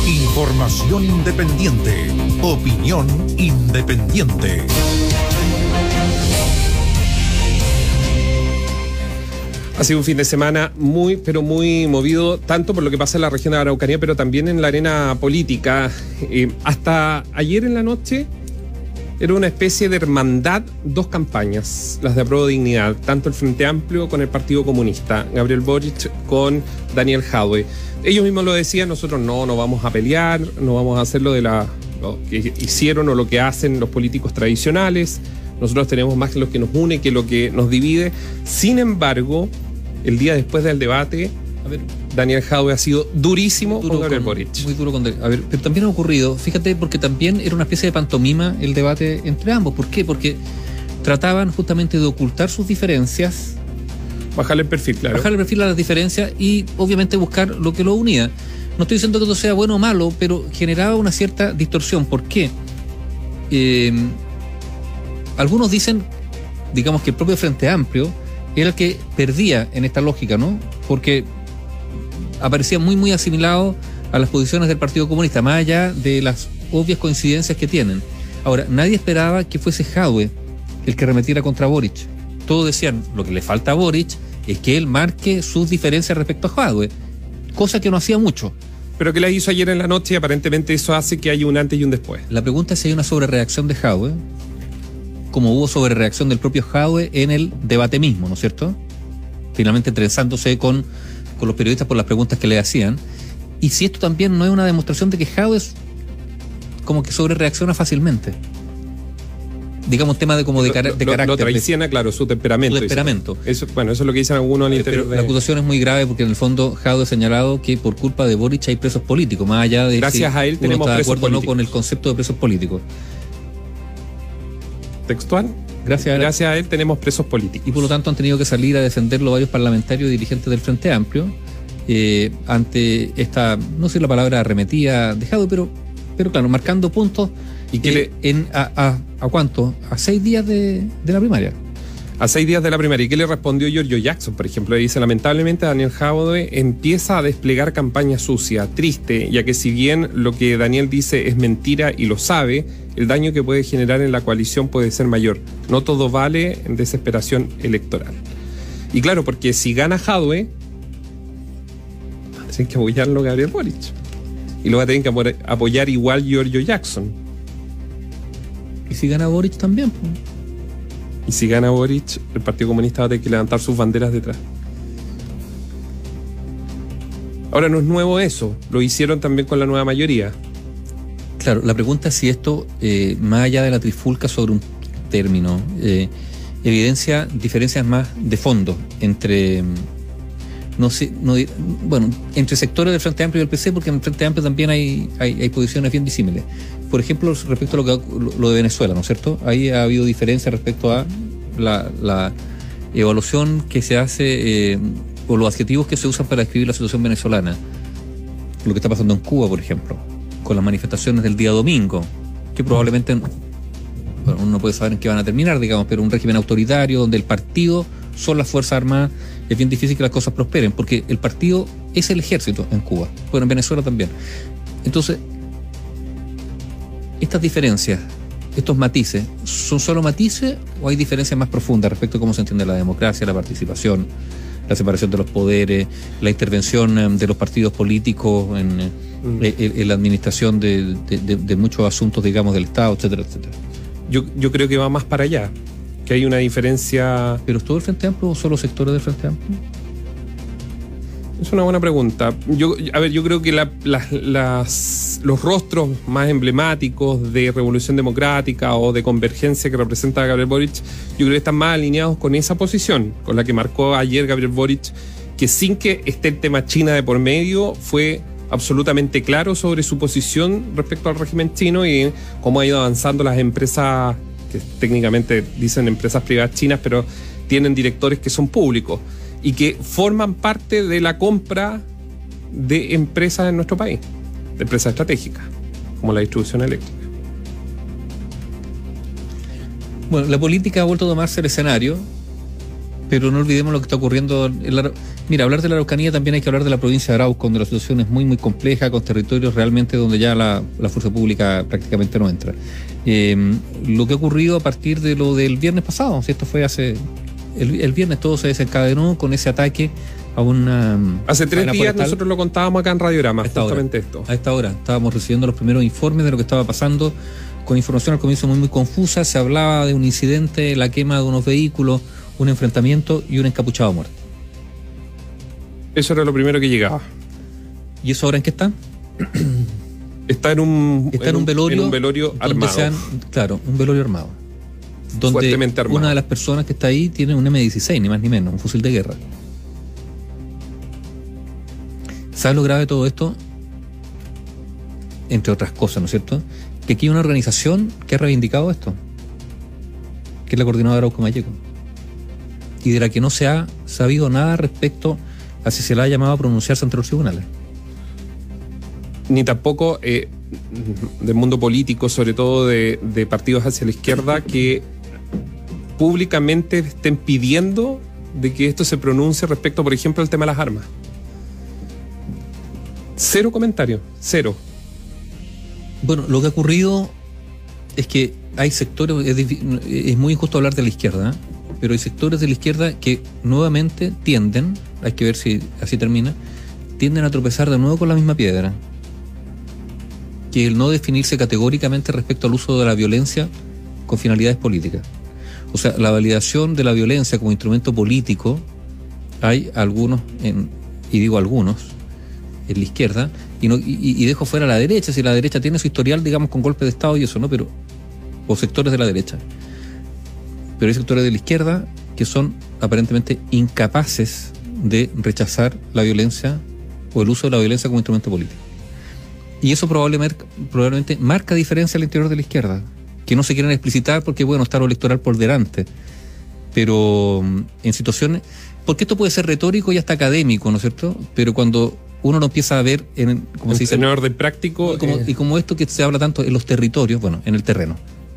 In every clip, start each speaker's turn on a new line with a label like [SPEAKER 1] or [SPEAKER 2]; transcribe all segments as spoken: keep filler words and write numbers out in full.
[SPEAKER 1] Información independiente. Opinión independiente.
[SPEAKER 2] Ha sido un fin de semana muy, pero muy movido, tanto por lo que pasa en la región de Araucanía, pero también en la arena política. Eh, hasta ayer en la noche era una especie de hermandad, dos campañas, las de Apruebo Dignidad, tanto el Frente Amplio con el Partido Comunista, Gabriel Boric con Daniel Jadwe. Ellos mismos lo decían, nosotros no, no vamos a pelear, no vamos a hacer lo de la, lo que hicieron o lo que hacen los políticos tradicionales. Nosotros tenemos más que lo que nos une que lo que nos divide. Sin embargo, el día después del debate, a ver, Daniel Jadwe ha sido durísimo
[SPEAKER 3] duro
[SPEAKER 2] con Gabriel
[SPEAKER 3] con,
[SPEAKER 2] Boric.
[SPEAKER 3] Muy duro con A ver, pero también ha ocurrido, fíjate, porque también era una especie de pantomima el debate entre ambos. ¿Por qué? Porque trataban justamente de ocultar sus diferencias.
[SPEAKER 2] Bajarle el perfil, claro.
[SPEAKER 3] Bajarle el perfil a las diferencias y obviamente buscar lo que lo unía. No estoy diciendo que esto sea bueno o malo, pero generaba una cierta distorsión. ¿Por qué? Eh, algunos dicen, digamos, que el propio Frente Amplio era el que perdía en esta lógica, ¿no? Porque aparecía muy, muy asimilado a las posiciones del Partido Comunista, más allá de las obvias coincidencias que tienen. Ahora, nadie esperaba que fuese Jadwe el que remetiera contra Boric. Todos decían, lo que le falta a Boric es que él marque sus diferencias respecto a Jadwe, cosa que no hacía mucho.
[SPEAKER 2] Pero que la hizo ayer en la noche y aparentemente eso hace que haya un antes y un después.
[SPEAKER 3] La pregunta es si hay una sobrereacción de Jadwe, como hubo sobrereacción del propio Jadwe en el debate mismo, ¿no es cierto? Finalmente entrelazándose con, con los periodistas por las preguntas que le hacían. Y si esto también no es una demostración de que Jadwe como que sobrereacciona fácilmente. Digamos, tema de como de, cara, de
[SPEAKER 2] lo,
[SPEAKER 3] carácter.
[SPEAKER 2] Lo traiciona, claro, su temperamento.
[SPEAKER 3] Su temperamento.
[SPEAKER 2] Eso, bueno, eso es lo que dicen algunos al interior.
[SPEAKER 3] Pero
[SPEAKER 2] de...
[SPEAKER 3] la acusación es muy grave porque en el fondo Jadwe ha señalado que por culpa de Boric hay presos políticos, más allá de
[SPEAKER 2] Gracias
[SPEAKER 3] si
[SPEAKER 2] a él
[SPEAKER 3] uno
[SPEAKER 2] tenemos
[SPEAKER 3] está de
[SPEAKER 2] presos
[SPEAKER 3] acuerdo
[SPEAKER 2] políticos.
[SPEAKER 3] o no con el concepto de presos políticos.
[SPEAKER 2] Textual.
[SPEAKER 3] Gracias a,
[SPEAKER 2] Gracias a él tenemos presos políticos.
[SPEAKER 3] Y por lo tanto han tenido que salir a defenderlo varios parlamentarios y dirigentes del Frente Amplio eh, ante esta, no sé la palabra arremetida de Jadwe, pero, pero claro, marcando puntos. ¿Y que eh, le... en, a, a, a cuánto? A seis días de, de la primaria.
[SPEAKER 2] A seis días de la primaria. ¿Y qué le respondió Giorgio Jackson, por ejemplo? Le dice, lamentablemente Daniel Jadwe empieza a desplegar campaña sucia, triste, ya que si bien lo que Daniel dice es mentira y lo sabe, el daño que puede generar en la coalición puede ser mayor. No todo vale en desesperación electoral. Y claro, porque si gana Jadwe, tienen que apoyarlo Gabriel Boric. Y lo va a tener que apoyar igual Giorgio Jackson.
[SPEAKER 3] ¿Y si gana Boric también? Pues.
[SPEAKER 2] Y si gana Boric, el Partido Comunista va a tener que levantar sus banderas detrás. Ahora, no es nuevo eso, lo hicieron también con la nueva mayoría.
[SPEAKER 3] Claro, la pregunta es si esto, eh, más allá de la trifulca sobre un término, eh, evidencia diferencias más de fondo entre, no sé, no, bueno, entre sectores del Frente Amplio y del P C, porque en el Frente Amplio también hay, hay, hay posiciones bien disímiles. Por ejemplo, respecto a lo, que, lo de Venezuela, ¿no es cierto? Ahí ha habido diferencia respecto a la, la evaluación que se hace eh, o los adjetivos que se usan para describir la situación venezolana. Lo que está pasando en Cuba, por ejemplo, con las manifestaciones del día domingo, que probablemente, bueno, uno no puede saber en qué van a terminar, digamos, pero un régimen autoritario donde el partido son las Fuerzas Armadas, es bien difícil que las cosas prosperen, porque el partido es el ejército en Cuba, bueno, en Venezuela también. Entonces, estas diferencias, estos matices, ¿son solo matices o hay diferencias más profundas respecto a cómo se entiende la democracia, la participación, la separación de los poderes, la intervención de los partidos políticos en, mm. en, en la administración de, de, de, de muchos asuntos, digamos, del Estado, etcétera, etcétera?
[SPEAKER 2] Yo, yo creo que va más para allá, que hay una diferencia...
[SPEAKER 3] ¿Pero es todo el Frente Amplio o solo sectores del Frente Amplio?
[SPEAKER 2] Es una buena pregunta. Yo, a ver, yo creo que la, la, las, los rostros más emblemáticos de Revolución Democrática o de convergencia que representa a Gabriel Boric, yo creo que están más alineados con esa posición, con la que marcó ayer Gabriel Boric, que sin que esté el tema China de por medio, fue absolutamente claro sobre su posición respecto al régimen chino y cómo ha ido avanzando las empresas, que técnicamente dicen empresas privadas chinas, pero tienen directores que son públicos y que forman parte de la compra de empresas en nuestro país, de empresas estratégicas, como la distribución eléctrica.
[SPEAKER 3] Bueno, la política ha vuelto a tomarse el escenario Pero no olvidemos lo que está ocurriendo en la... Mira, hablar de la Araucanía también hay que hablar de la provincia de Arauco, donde la situación es muy, muy compleja, con territorios realmente donde ya la, la fuerza pública prácticamente no entra. Eh, lo que ha ocurrido a partir de lo del viernes pasado, si esto fue hace... El, el viernes todo se desencadenó con ese ataque a una...
[SPEAKER 2] Hace tres días forestal. Nosotros lo contábamos acá en Radiograma, justamente
[SPEAKER 3] hora,
[SPEAKER 2] esto.
[SPEAKER 3] A esta hora estábamos recibiendo los primeros informes de lo que estaba pasando, con información al comienzo muy, muy confusa. Se hablaba de un incidente, la quema de unos vehículos, un enfrentamiento y un encapuchado muerto.
[SPEAKER 2] Eso era lo primero que llegaba.
[SPEAKER 3] ¿Y eso ahora en qué está?
[SPEAKER 2] Está en un,
[SPEAKER 3] está en un, un velorio,
[SPEAKER 2] en un velorio armado.
[SPEAKER 3] Sean, claro, un velorio armado. Donde
[SPEAKER 2] fuertemente armado.
[SPEAKER 3] Una de las personas que está ahí tiene un eme dieciséis, ni más ni menos, un fusil de guerra. ¿Sabes lo grave de todo esto? Entre otras cosas, ¿no es cierto? Que aquí hay una organización que ha reivindicado esto, que es la Coordinadora Arauco Mayeco, y de la que no se ha sabido nada respecto a si se la ha llamado a pronunciarse ante los tribunales.
[SPEAKER 2] Ni tampoco eh, del mundo político, sobre todo de, de partidos hacia la izquierda, que públicamente estén pidiendo de que esto se pronuncie respecto, por ejemplo, al tema de las armas. Cero comentarios, cero.
[SPEAKER 3] Bueno, lo que ha ocurrido es que hay sectores, es, es muy injusto hablar de la izquierda, ¿eh? Pero hay sectores de la izquierda que nuevamente tienden, hay que ver si así termina, tienden a tropezar de nuevo con la misma piedra, que el no definirse categóricamente respecto al uso de la violencia con finalidades políticas. O sea, la validación de la violencia como instrumento político, hay algunos, en, y digo algunos, en la izquierda, y, no, y, y dejo fuera a la derecha, si la derecha tiene su historial, digamos, con golpe de Estado y eso, ¿no? Pero, o sectores de la derecha. Pero hay sectores de la izquierda que son aparentemente incapaces de rechazar la violencia o el uso de la violencia como instrumento político. Y eso probablemente, probablemente marca diferencia al interior de la izquierda, que no se quieren explicitar porque, bueno, está lo electoral por delante. Pero en situaciones... Porque esto puede ser retórico y hasta académico, ¿no es cierto? Pero cuando uno lo empieza a ver en... Como se dice,
[SPEAKER 2] en orden práctico...
[SPEAKER 3] Y como, eh... y como esto que se habla tanto en los territorios, bueno, en el terreno.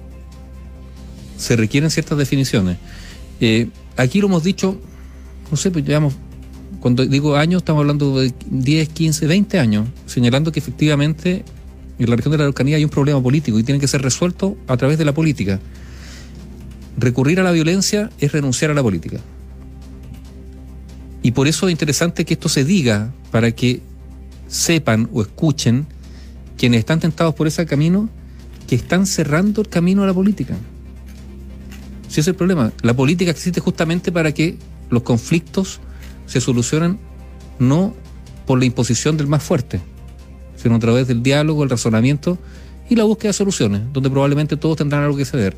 [SPEAKER 3] Se requieren ciertas definiciones. Eh, aquí lo hemos dicho, no sé, pues digamos, cuando digo años, estamos hablando de diez, quince, veinte años, señalando que efectivamente en la región de la Araucanía hay un problema político y tiene que ser resuelto a través de la política. Recurrir a la violencia es renunciar a la política. Y por eso es interesante que esto se diga, para que sepan o escuchen quienes están tentados por ese camino, que están cerrando el camino a la política. Si ese es el problema, la política existe justamente para que los conflictos se solucionen no por la imposición del más fuerte, sino a través del diálogo, el razonamiento y la búsqueda de soluciones, donde probablemente todos tendrán algo que ceder.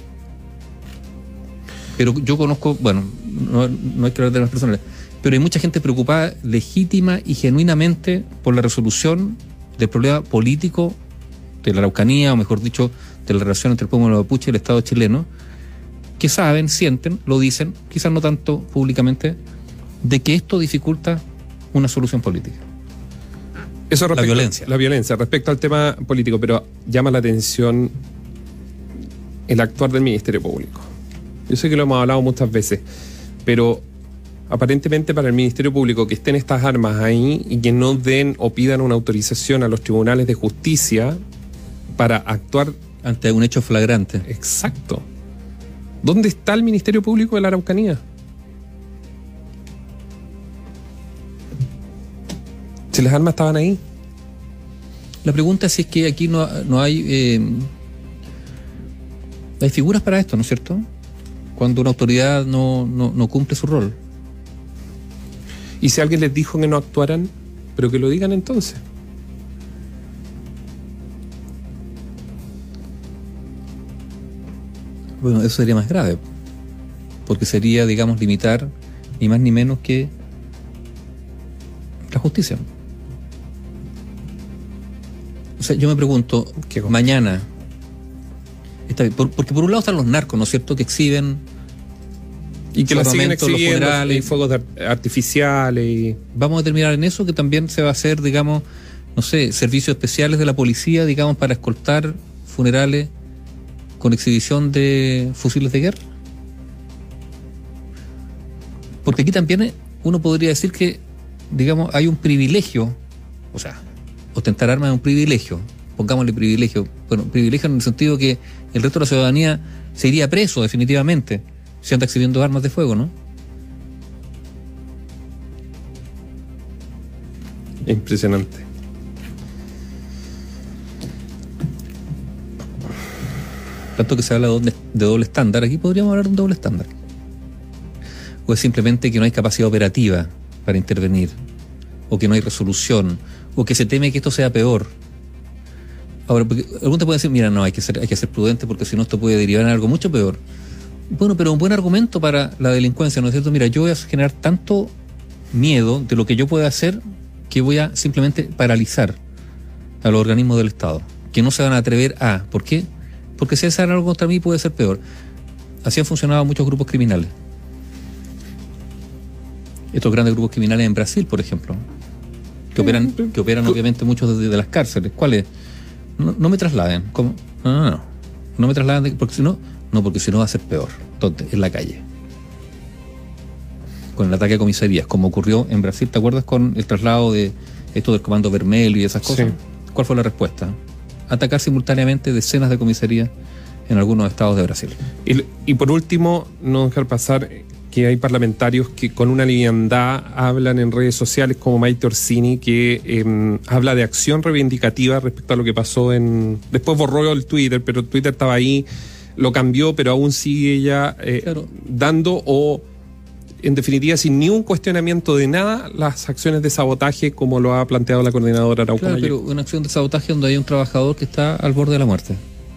[SPEAKER 3] Pero yo conozco, bueno, no, no hay que hablar de las personas, pero hay mucha gente preocupada legítima y genuinamente por la resolución del problema político de la Araucanía, o mejor dicho, de la relación entre el pueblo mapuche y el Estado chileno, que saben, sienten, lo dicen, quizás no tanto públicamente, de que esto dificulta una solución política.
[SPEAKER 2] Eso respecto,
[SPEAKER 3] la violencia.
[SPEAKER 2] La violencia, respecto al tema político, pero llama la atención el actuar del Ministerio Público. Yo sé que lo hemos hablado muchas veces, pero aparentemente para el Ministerio Público que estén estas armas ahí y que no den o pidan una autorización a los tribunales de justicia para actuar
[SPEAKER 3] ante un hecho flagrante.
[SPEAKER 2] Exacto. ¿Dónde está el Ministerio Público de la Araucanía? Si las armas estaban ahí.
[SPEAKER 3] La pregunta es si es que aquí no, no hay eh, hay figuras para esto, ¿no es cierto? Cuando una autoridad no, no, no cumple su rol.
[SPEAKER 2] ¿Y si alguien les dijo que no actuaran? Pero que lo digan entonces.
[SPEAKER 3] Bueno, eso sería más grave, porque sería, digamos, limitar ni más ni menos que la justicia. O sea, yo me pregunto, mañana, está bien, por, porque por un lado están los narcos, ¿no es cierto?, que exhiben
[SPEAKER 2] y que la siguen exhibiendo, y fuegos artificiales. Y...
[SPEAKER 3] Vamos a terminar en eso, que también se va a hacer, digamos, no sé, servicios especiales de la policía, digamos, para escoltar funerales con exhibición de fusiles de guerra. Porque aquí también uno podría decir que, digamos, hay un privilegio, o sea, ostentar armas es un privilegio, pongámosle privilegio, bueno, privilegio en el sentido que el resto de la ciudadanía se iría preso definitivamente si anda exhibiendo armas de fuego, ¿no?
[SPEAKER 2] Impresionante.
[SPEAKER 3] Tanto que se habla de doble estándar, aquí podríamos hablar de un doble estándar. O es simplemente que no hay capacidad operativa para intervenir, o que no hay resolución, o que se teme que esto sea peor. Ahora, porque algunos te pueden decir, mira, no, hay que ser, hay que ser prudente porque si no esto puede derivar en algo mucho peor. Bueno, pero un buen argumento para la delincuencia, ¿no es cierto? Mira, yo voy a generar tanto miedo de lo que yo pueda hacer que voy a simplemente paralizar a los organismos del Estado, que no se van a atrever a... ¿Por qué? Porque si hacen algo contra mí puede ser peor. Así han funcionado muchos grupos criminales. Estos grandes grupos criminales en Brasil, por ejemplo, que operan, que operan obviamente muchos desde las cárceles. ¿Cuáles? No, no me trasladen. ¿Cómo? No, no, no. No me trasladen de, porque si no, no, porque si no va a ser peor. ¿Dónde? En la calle. Con el ataque a comisarías, como ocurrió en Brasil, ¿te acuerdas con el traslado de esto del Comando Vermelho y esas cosas? Sí. ¿Cuál fue la respuesta? Atacar simultáneamente decenas de comisarías en algunos estados de Brasil.
[SPEAKER 2] Y, y por último, no dejar pasar que hay parlamentarios que con una liviandad hablan en redes sociales, como Maite Orsini, que eh, habla de acción reivindicativa respecto a lo que pasó en... Después borró el Twitter, pero Twitter estaba ahí, lo cambió, pero aún sigue ella eh, claro. dando o... en definitiva, sin ni un cuestionamiento de nada, las acciones de sabotaje como lo ha planteado la coordinadora Arauco
[SPEAKER 3] Claro,
[SPEAKER 2] Mayer.
[SPEAKER 3] pero una acción de sabotaje donde hay un trabajador que está al borde de la muerte.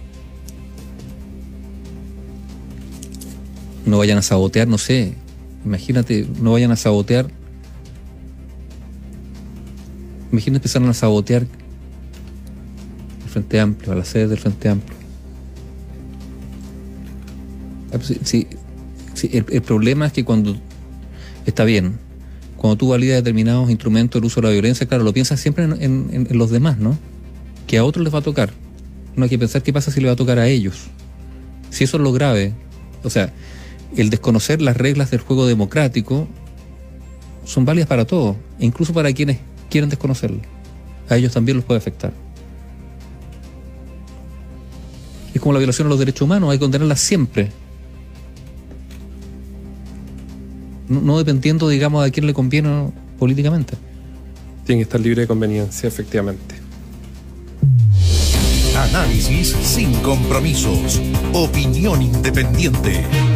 [SPEAKER 3] No vayan a sabotear, no sé, imagínate, no vayan a sabotear. Imagínate empezaron a sabotear el Frente Amplio, a la sede del Frente Amplio. Sí, sí, el, el problema es que cuando está bien, cuando tú validas determinados instrumentos del uso de la violencia, claro, lo piensas siempre en, en, en los demás, ¿no? Que a otros les va a tocar. No hay que pensar qué pasa si le va a tocar a ellos. Si eso es lo grave, o sea, el desconocer las reglas del juego democrático son válidas para todos, e incluso para quienes quieren desconocerlo. A ellos también los puede afectar. Es como la violación a los derechos humanos, hay que condenarla siempre. No, no dependiendo, digamos, a quién le conviene políticamente.
[SPEAKER 2] Tiene que estar libre de conveniencia, efectivamente.
[SPEAKER 1] Análisis sin compromisos. Opinión independiente.